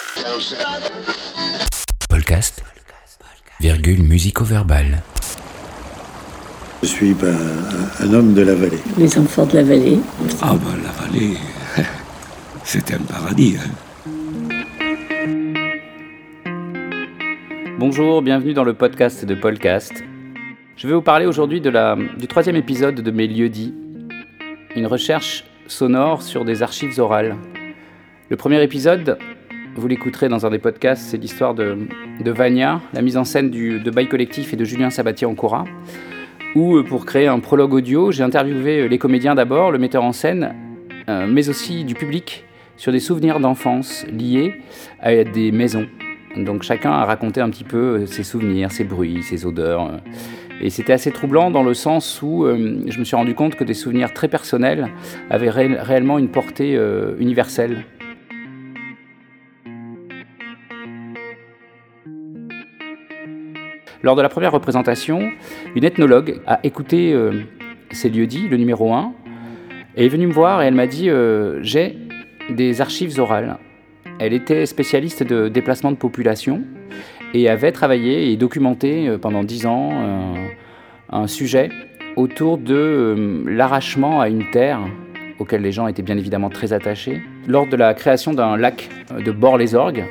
Podcast, virgule musico-verbale. Je suis un homme de la vallée. Les enfants de la vallée. Ah ben la vallée, c'est un paradis. Bonjour, bienvenue dans le podcast de Podcast. Je vais vous parler aujourd'hui du troisième épisode de Mes lieux-dits, une recherche sonore sur des archives orales. Le premier épisode, vous l'écouterez dans un des podcasts, c'est l'histoire de Vania, la mise en scène de Bail Collectif et de Julien Sabatier-Ancora, où pour créer un prologue audio, j'ai interviewé les comédiens d'abord, le metteur en scène, mais aussi du public sur des souvenirs d'enfance liés à des maisons. Donc chacun a raconté un petit peu ses souvenirs, ses bruits, ses odeurs. Et c'était assez troublant dans le sens où je me suis rendu compte que des souvenirs très personnels avaient réellement une portée universelle. Lors de la première représentation, une ethnologue a écouté ces lieux-dits, le numéro 1, et est venue me voir et elle m'a dit « J'ai des archives orales ». Elle était spécialiste de déplacement de population et avait travaillé et documenté pendant 10 ans un sujet autour de l'arrachement à une terre auquel les gens étaient bien évidemment très attachés, lors de la création d'un lac de Bord-les-Orgues,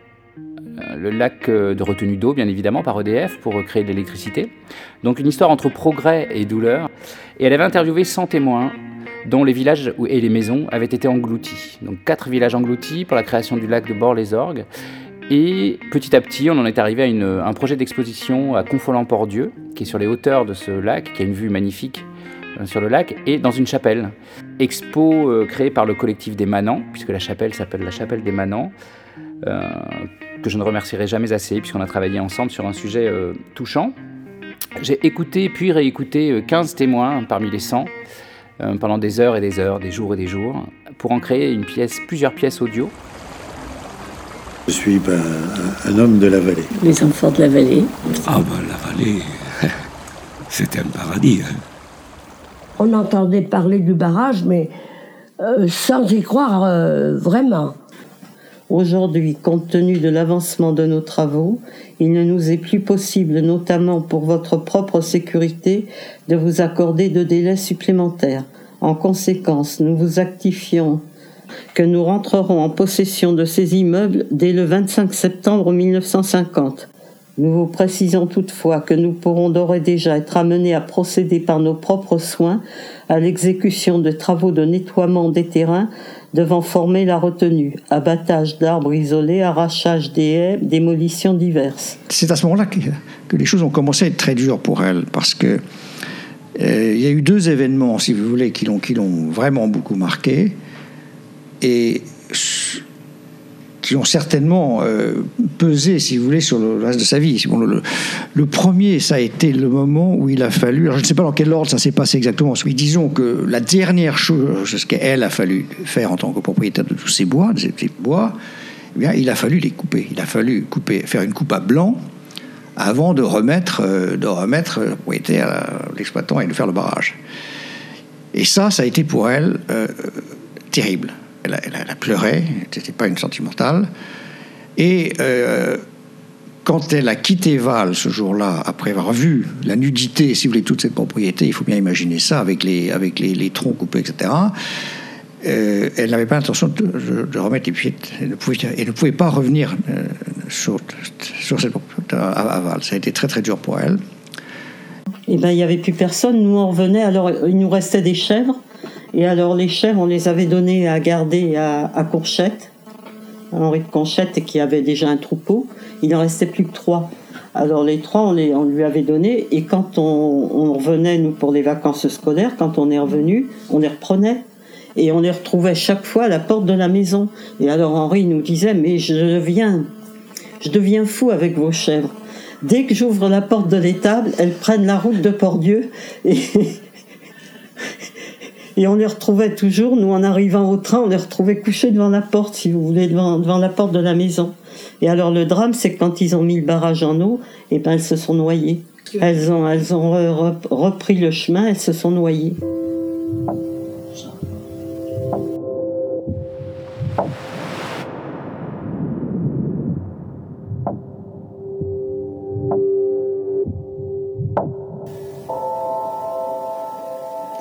le lac de retenue d'eau bien évidemment par EDF pour créer de l'électricité. Donc une histoire entre progrès et douleur. Et elle avait interviewé 100 témoins dont les villages et les maisons avaient été engloutis. Donc 4 villages engloutis pour la création du lac de Bord-les-Orgues. Et petit à petit, on en est arrivé à un projet d'exposition à Confolens-Port-Dieu, qui est sur les hauteurs de ce lac, qui a une vue magnifique sur le lac, et dans une chapelle. Expo créée par le collectif des Manants, puisque la chapelle s'appelle la chapelle des Manants, que je ne remercierai jamais assez, puisqu'on a travaillé ensemble sur un sujet touchant. J'ai écouté puis réécouté 15 témoins parmi les 100, pendant des heures et des heures, des jours et des jours, pour en créer plusieurs pièces audio. Je suis un homme de la vallée. Les enfants de la vallée. Ah ben la vallée, c'est un paradis. On entendait parler du barrage, mais sans y croire vraiment. Aujourd'hui, compte tenu de l'avancement de nos travaux, il ne nous est plus possible, notamment pour votre propre sécurité, de vous accorder de délais supplémentaires. En conséquence, nous vous actifions que nous rentrerons en possession de ces immeubles dès le 25 septembre 1950. Nous vous précisons toutefois que nous pourrons d'ores et déjà être amenés à procéder par nos propres soins à l'exécution de travaux de nettoiement des terrains devant former la retenue, abattage d'arbres isolés, arrachage des haies, démolitions diverses. C'est à ce moment-là que les choses ont commencé à être très dures pour elle, parce que il y a eu 2 événements, si vous voulez, qui l'ont vraiment beaucoup marqué et qui ont certainement pesé, si vous voulez, sur le reste de sa vie. Bon, le premier, ça a été le moment où il a fallu... Alors je ne sais pas dans quel ordre ça s'est passé exactement. Mais disons que la dernière chose qu'elle a fallu faire en tant que propriétaire de tous ces bois, eh bien, il a fallu les couper. Il a fallu faire une coupe à blanc avant de remettre le propriétaire, l'exploitant, et de faire le barrage. Et ça a été pour elle terrible. Elle a pleuré, c'était pas une sentimentale. Et quand elle a quitté Val ce jour-là, après avoir vu la nudité, si vous voulez, toute cette propriété, il faut bien imaginer ça, avec les troncs coupés, etc., elle n'avait pas l'intention de remettre les pieds. Elle ne pouvait pas revenir sur cette propriété à Val. Ça a été très, très dur pour elle. Eh bien, il n'y avait plus personne. Nous, on revenait. Alors, il nous restait des chèvres. Et alors, les chèvres, on les avait données à garder à Courchette, à Henri de Conchette, qui avait déjà un troupeau. Il n'en restait plus que 3. Alors, les 3, on lui avait donné. Et quand on revenait, nous, pour les vacances scolaires, quand on est revenu, on les reprenait. Et on les retrouvait chaque fois à la porte de la maison. Et alors, Henri nous disait, mais je deviens fou avec vos chèvres. Dès que j'ouvre la porte de l'étable, elles prennent la route de Port-Dieu. Et on les retrouvait toujours, nous en arrivant au train, on les retrouvait couchés devant la porte, si vous voulez, devant la porte de la maison. Et alors le drame, c'est que quand ils ont mis le barrage en eau, eh ben elles se sont noyées. Elles ont repris le chemin, elles se sont noyées.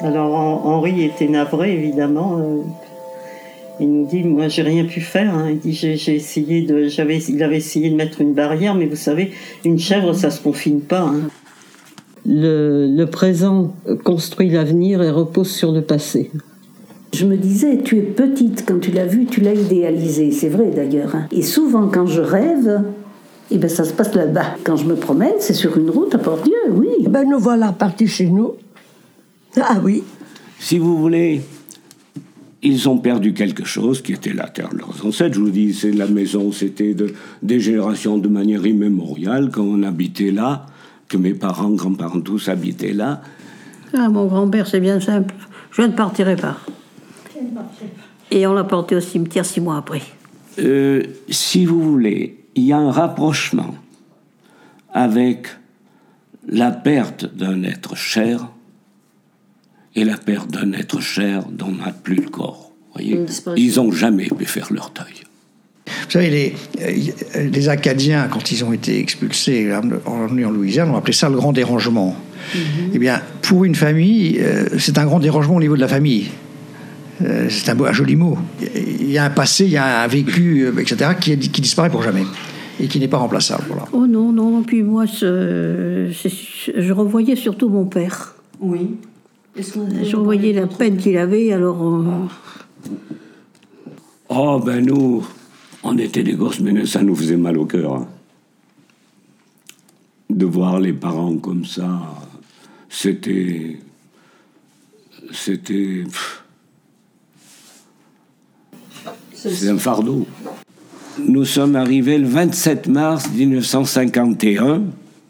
Alors Henri était navré, évidemment. Il nous dit, moi j'ai rien pu faire. Hein. Il dit, il avait essayé de mettre une barrière, mais vous savez, une chèvre, ça se confine pas. Hein. Le présent construit l'avenir et repose sur le passé. Je me disais, tu es petite, quand tu l'as vu, tu l'as idéalisé, c'est vrai d'ailleurs. Hein. Et souvent quand je rêve, ça se passe là-bas. Quand je me promène, c'est sur une route à Port-Dieu, oui. Nous voilà partis chez nous. Ah oui. Si vous voulez, ils ont perdu quelque chose qui était la terre de leurs ancêtres. Je vous dis, c'est la maison, c'était des générations de manière immémoriale, quand on habitait là, que mes parents, grands-parents, tous habitaient là. Ah, mon grand-père, c'est bien simple. Je ne partirai pas. Et on l'a porté au cimetière 6 mois après. Si vous voulez, il y a un rapprochement avec la perte d'un être cher et la perte d'un être cher dont on n'a plus le corps. Voyez, ils n'ont jamais pu faire leur deuil. Vous savez, les Acadiens, quand ils ont été expulsés en Louisiane, on appelait ça le grand dérangement. Eh bien, pour une famille, c'est un grand dérangement au niveau de la famille. C'est un joli mot. Il y a un passé, il y a un vécu, etc., qui disparaît pour jamais et qui n'est pas remplaçable. Voilà. Oh non. Puis moi, je revoyais surtout mon père. Oui. Je revoyais la peine qu'il avait, alors... nous, on était des gosses, mais ça nous faisait mal au cœur. Hein. De voir les parents comme ça, c'était un fardeau. Nous sommes arrivés le 27 mars 1951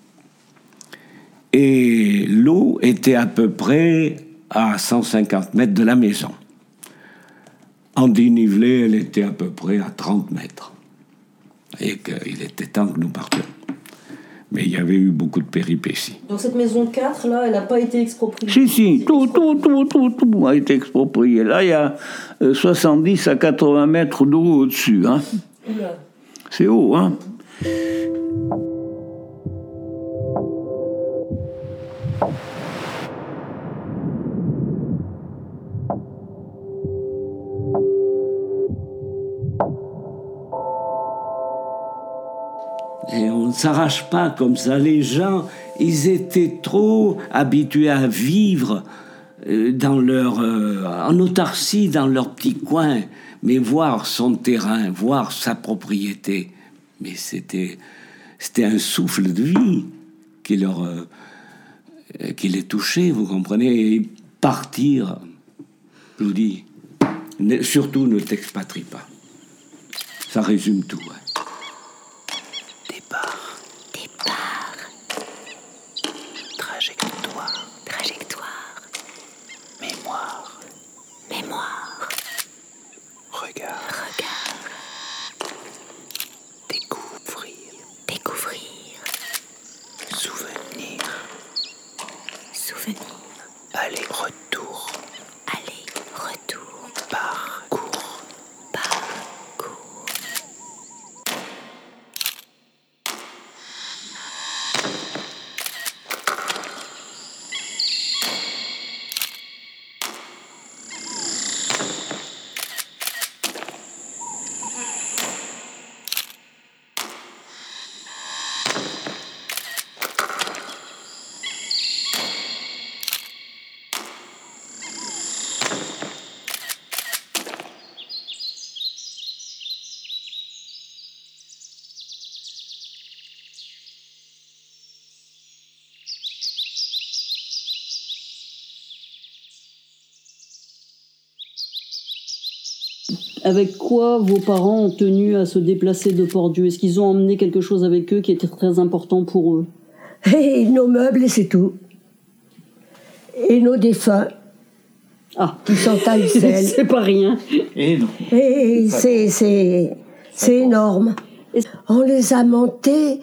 et l'eau était à peu près à 150 mètres de la maison. En dénivelé, elle était à peu près à 30 mètres. Et qu'il était temps que nous partions. Mais il y avait eu beaucoup de péripéties. Donc cette maison 4, là, elle n'a pas été expropriée? Si, tout a été exproprié. Là, il y a 70 à 80 mètres d'eau au-dessus. Hein. C'est haut, hein. Et on ne s'arrache pas comme ça. Les gens, ils étaient trop habitués à vivre en autarcie, dans leur petit coin, mais voir son terrain, voir sa propriété. Mais c'était un souffle de vie qui les touchait, vous comprenez. Et partir, je vous dis, surtout ne t'expatrie pas. Ça résume tout. Hein. Trajectoire. Mémoire. Regard. Découvrir. Souvenir. Aller-retour. Parcours. Avec quoi vos parents ont tenu à se déplacer de Port-Dieu? Est-ce qu'ils ont emmené quelque chose avec eux qui était très important pour eux? Et nos meubles, et c'est tout. Et nos défunts. Qui sont à Ixelles. C'est pas rien. Et c'est énorme. On les a montés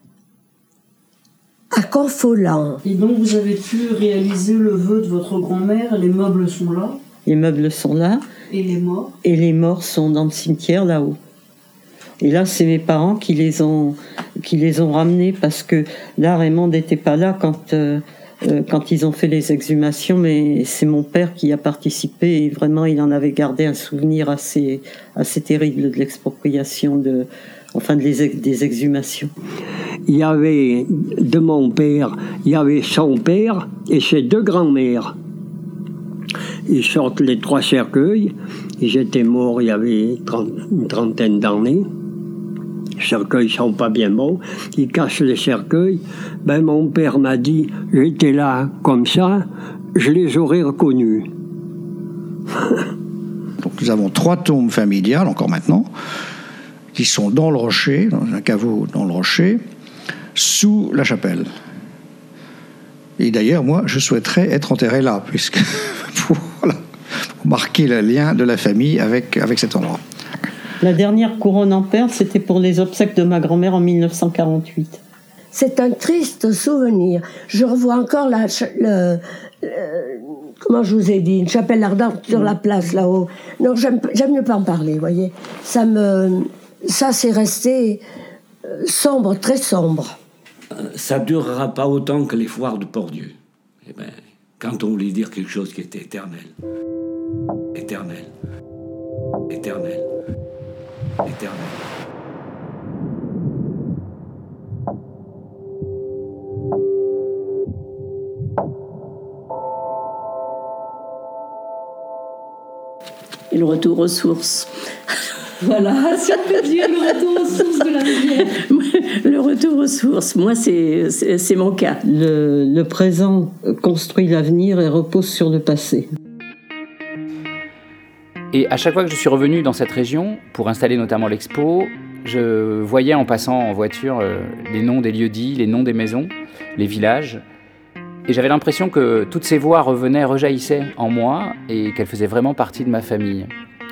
à Confolens. Et donc vous avez pu réaliser le vœu de votre grand-mère, les meubles sont là? Les meubles sont là. Et les morts? Et les morts sont dans le cimetière là-haut. Et là, c'est mes parents qui les ont ramenés parce que là, Raymond n'était pas là quand quand ils ont fait les exhumations, mais c'est mon père qui a participé et vraiment il en avait gardé un souvenir assez terrible de l'expropriation, des exhumations. Il y avait de mon père, il y avait son père et ses deux grands-mères. Ils sortent les 3 cercueils. Ils étaient morts il y avait une trentaine d'années. Les cercueils sont pas bien bons. Ils cassent les cercueils. Ben, mon père m'a dit, j'étais là comme ça, je les aurais reconnus. Donc nous avons 3 tombes familiales, encore maintenant, qui sont dans le rocher, dans un caveau dans le rocher, sous la chapelle. Et d'ailleurs, moi, je souhaiterais être enterré là, puisque pour marquer le lien de la famille avec cet endroit. La dernière couronne en perles, c'était pour les obsèques de ma grand-mère en 1948. C'est un triste souvenir. Je revois encore comment je vous ai dit, une chapelle ardente sur la place là-haut. Non, j'aime mieux pas en parler, vous voyez. Ça c'est resté sombre, très sombre. Ça durera pas autant que les foires de Port-Dieu. Eh ben, quand on voulait dire quelque chose qui était éternel. Éternel. Éternel. Éternel. Et le retour aux sources. Voilà, si on peut dire le retour aux sources de la rivière. Le retour aux sources, moi, c'est mon cas. Le présent construit l'avenir et repose sur le passé. Et à chaque fois que je suis revenu dans cette région, pour installer notamment l'expo, je voyais en passant en voiture les noms des lieux-dits, les noms des maisons, les villages. Et j'avais l'impression que toutes ces voix rejaillissaient en moi et qu'elles faisaient vraiment partie de ma famille.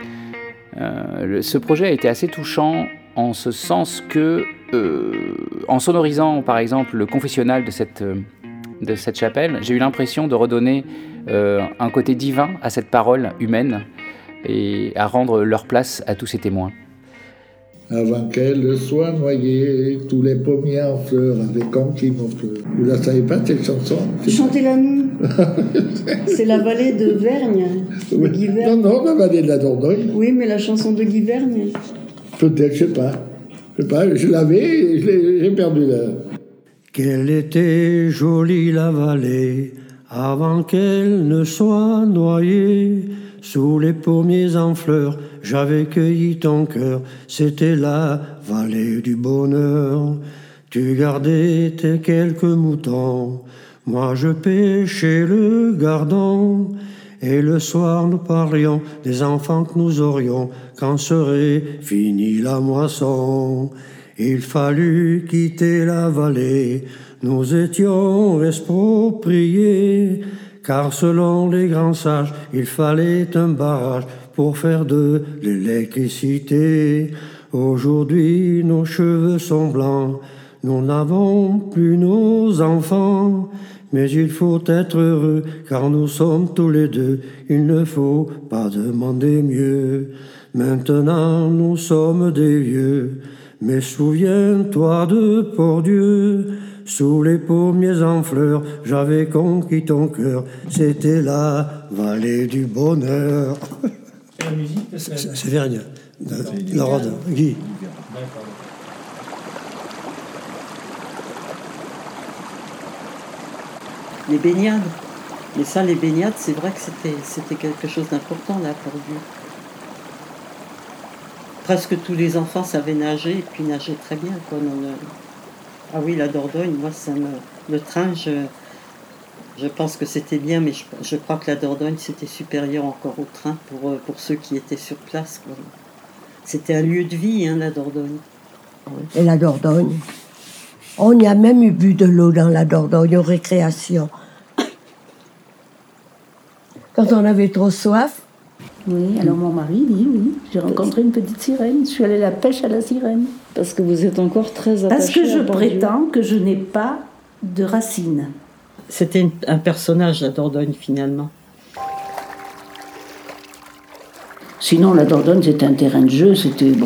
Ce projet a été assez touchant en ce sens que, en sonorisant par exemple le confessionnal de cette chapelle, j'ai eu l'impression de redonner un côté divin à cette parole humaine et à rendre leur place à tous ces témoins. Avant qu'elle soit noyée, tous les pommiers en fleurs avaient conquis mon cœur. Vous la savez pas, cette chanson? Chantez-la nous. C'est la vallée de Vergne, de Guy Vergne. Non, la vallée de la Dordogne. Oui, mais la chanson de Guy Vergne. Peut-être, je sais pas, je l'avais, j'ai perdu là. Qu'elle était jolie la vallée, avant qu'elle ne soit noyée. Sous les pommiers en fleurs, j'avais cueilli ton cœur, c'était la vallée du bonheur. Tu gardais tes quelques moutons, moi je pêchais le gardon. Et le soir nous parlions des enfants que nous aurions quand serait finie la moisson. Il fallut quitter la vallée, nous étions expropriés. Car selon les grands sages, il fallait un barrage pour faire de l'électricité. Aujourd'hui, nos cheveux sont blancs, nous n'avons plus nos enfants. Mais il faut être heureux, car nous sommes tous les deux, il ne faut pas demander mieux. Maintenant, nous sommes des vieux, mais souviens-toi de Port-Dieu. Sous les pommiers en fleurs, j'avais conquis ton cœur. C'était la vallée du bonheur. La musique, c'est Vergne, la Rode, Guy. Les baignades. Mais ça, les baignades, c'est vrai que c'était quelque chose d'important là pour Dieu. Presque tous les enfants savaient nager et puis nager très bien, quoi. Ah oui, la Dordogne, moi, le train, je pense que c'était bien, mais je crois que la Dordogne, c'était supérieur encore au train pour ceux qui étaient sur place, quoi. C'était un lieu de vie, hein, la Dordogne. Et la Dordogne, on y a même eu bu de l'eau dans la Dordogne, aux récréations. Quand on avait trop soif. Oui, alors mon mari dit oui, j'ai rencontré une petite sirène, je suis allée à la pêche à la sirène. Parce que vous êtes encore très attachée. Parce que je prétends que je n'ai pas de racines. C'était un personnage, la Dordogne, finalement. Sinon, la Dordogne, c'était un terrain de jeu, c'était bon.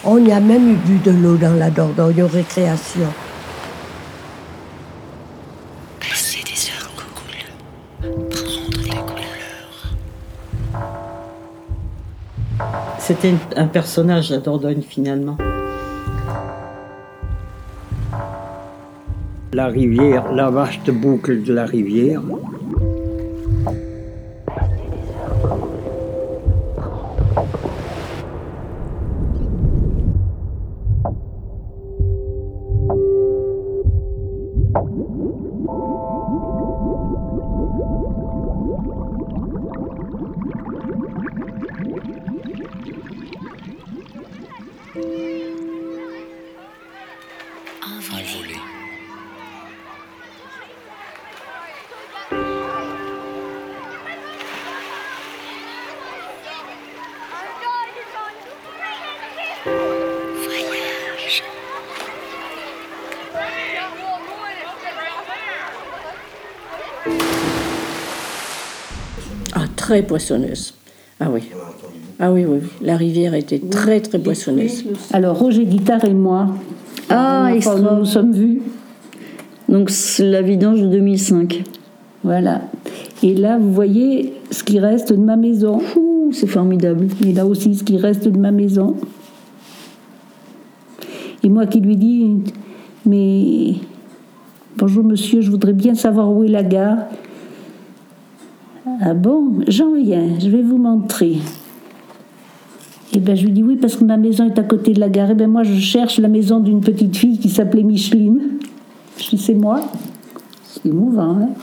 On y a même eu bu de l'eau dans la Dordogne aux récréations. Passer des heures cool, prendre des couleurs. C'était un personnage, la Dordogne, finalement. La rivière, la vaste boucle de la rivière. Envolé. Voyage. Ah, très poissonneuse. Ah oui. Ah oui, oui, oui. La rivière était très, très poissonneuse. Alors, Roger Guitare et moi, nous nous sommes vus. Donc, c'est la vidange de 2005. Voilà. Et là, vous voyez ce qui reste de ma maison. Ouh, c'est formidable. Et là aussi, ce qui reste de ma maison. Et moi qui lui dis, mais bonjour monsieur, je voudrais bien savoir où est la gare. Ah bon, j'en viens, je vais vous montrer. Et bien je lui dis oui, parce que ma maison est à côté de la gare. Et bien moi je cherche la maison d'une petite fille qui s'appelait Micheline. Je dis c'est moi. C'est émouvant, hein.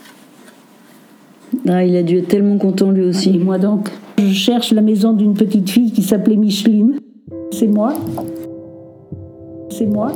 Ah, il a dû être tellement content lui aussi. Et moi donc, je cherche la maison d'une petite fille qui s'appelait Micheline. C'est moi. C'est moi.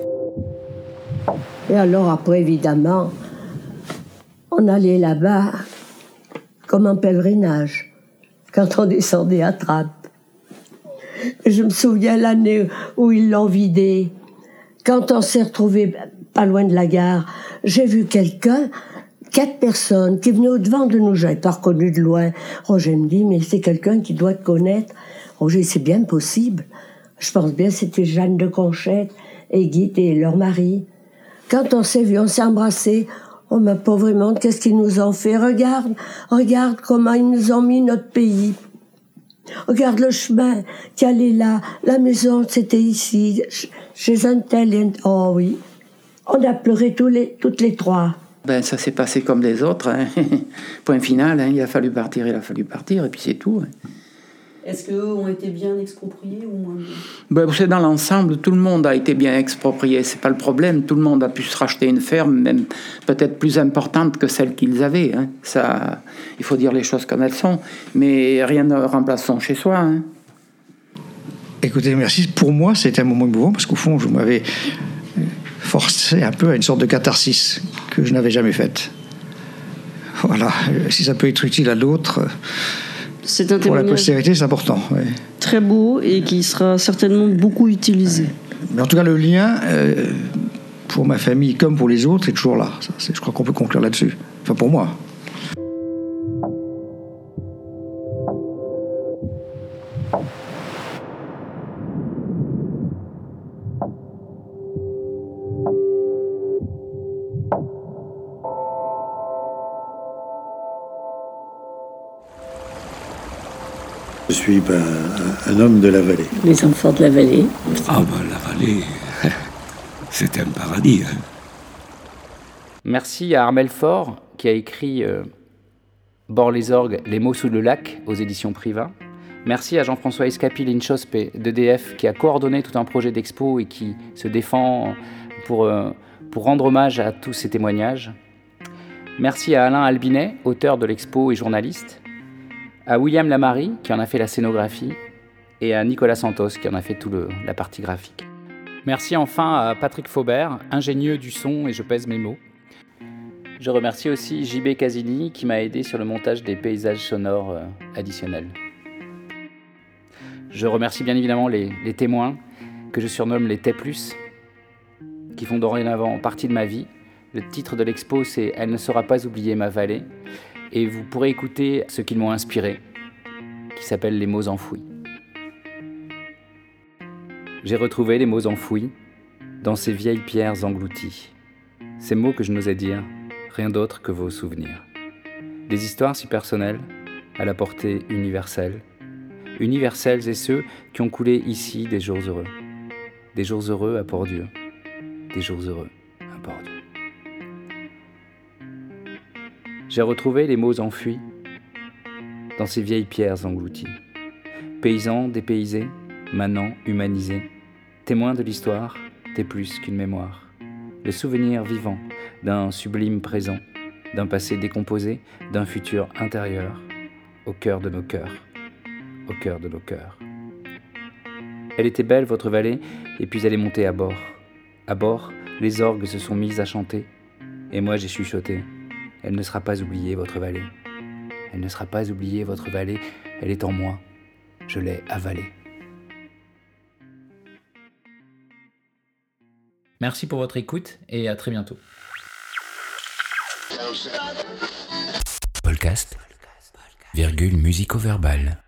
Et alors après, évidemment, on allait là-bas comme en pèlerinage, quand on descendait à Trappes. Et je me souviens l'année où ils l'ont vidé. Quand on s'est retrouvés pas loin de la gare, j'ai vu quelqu'un, 4 personnes qui venaient au-devant de nous. Je n'avais pas reconnu de loin. Roger me dit, mais c'est quelqu'un qui doit te connaître. Roger, c'est bien possible. Je pense bien que c'était Jeanne de Conchette et Guy et leur mari. Quand on s'est vu, on s'est embrassés. Oh, ma pauvre monde, qu'est-ce qu'ils nous ont fait? Regarde comment ils nous ont mis notre pays. Regarde le chemin qui allait là. La maison, c'était ici, chez un tel. Oh oui. On a pleuré toutes les 3. Ben, ça s'est passé comme les autres. Hein. Point final, hein. Il a fallu partir, et puis c'est tout. Hein. Est-ce qu'eux ont été bien expropriés ou moins bien? Ben, c'est dans l'ensemble, tout le monde a été bien exproprié. C'est pas le problème. Tout le monde a pu se racheter une ferme, même peut-être plus importante que celle qu'ils avaient. Hein. Ça, il faut dire les choses comme elles sont. Mais rien ne remplace son chez soi. Hein. Écoutez, merci. Pour moi, c'était un moment émouvant parce qu'au fond, je m'avais forcé un peu à une sorte de catharsis que je n'avais jamais faite. Voilà. Si ça peut être utile à d'autres. C'est un pour la postérité, c'est important. Ouais. Très beau et qui sera certainement beaucoup utilisé. Mais en tout cas, le lien, pour ma famille comme pour les autres, est toujours là. Ça, je crois qu'on peut conclure là-dessus. Enfin, pour moi. Je suis un homme de la vallée. Les enfants de la vallée. Ah ben la vallée, c'est un paradis. Hein. Merci à Armel Faure qui a écrit Bord-les-Orgues, Les mots sous le lac aux éditions Privat. Merci à Jean-François Escapi Linchospe d'EDF qui a coordonné tout un projet d'expo et qui se défend pour rendre hommage à tous ces témoignages. Merci à Alain Albinet, auteur de l'expo et journaliste. À William Lamary, qui en a fait la scénographie, et à Nicolas Santos, qui en a fait la partie graphique. Merci enfin à Patrick Faubert, ingénieux du son, et je pèse mes mots. Je remercie aussi JB Casini, qui m'a aidé sur le montage des paysages sonores additionnels. Je remercie bien évidemment les témoins, que je surnomme les T+, qui font dorénavant partie de ma vie. Le titre de l'expo, c'est « Elle ne sera pas oubliée, ma vallée ». Et vous pourrez écouter ce qu'ils m'ont inspiré, qui s'appelle Les mots enfouis. J'ai retrouvé les mots enfouis dans ces vieilles pierres englouties. Ces mots que je n'osais dire, rien d'autre que vos souvenirs. Des histoires si personnelles, à la portée universelle. Universels et ceux qui ont coulé ici des jours heureux. Des jours heureux à Port-Dieu. Des jours heureux à Port-Dieu. J'ai retrouvé les mots enfuis dans ces vieilles pierres englouties. Paysans dépaysés, manants humanisés, témoins de l'histoire, t'es plus qu'une mémoire. Le souvenir vivant d'un sublime présent, d'un passé décomposé, d'un futur intérieur, au cœur de nos cœurs, au cœur de nos cœurs. Elle était belle, votre vallée, et puis elle est montée à bord. À bord, les orgues se sont mises à chanter, et moi j'ai chuchoté. Elle ne sera pas oubliée, votre vallée. Elle ne sera pas oubliée, votre vallée, elle est en moi. Je l'ai avalée. Merci pour votre écoute et à très bientôt. Podcast, musico-verbal.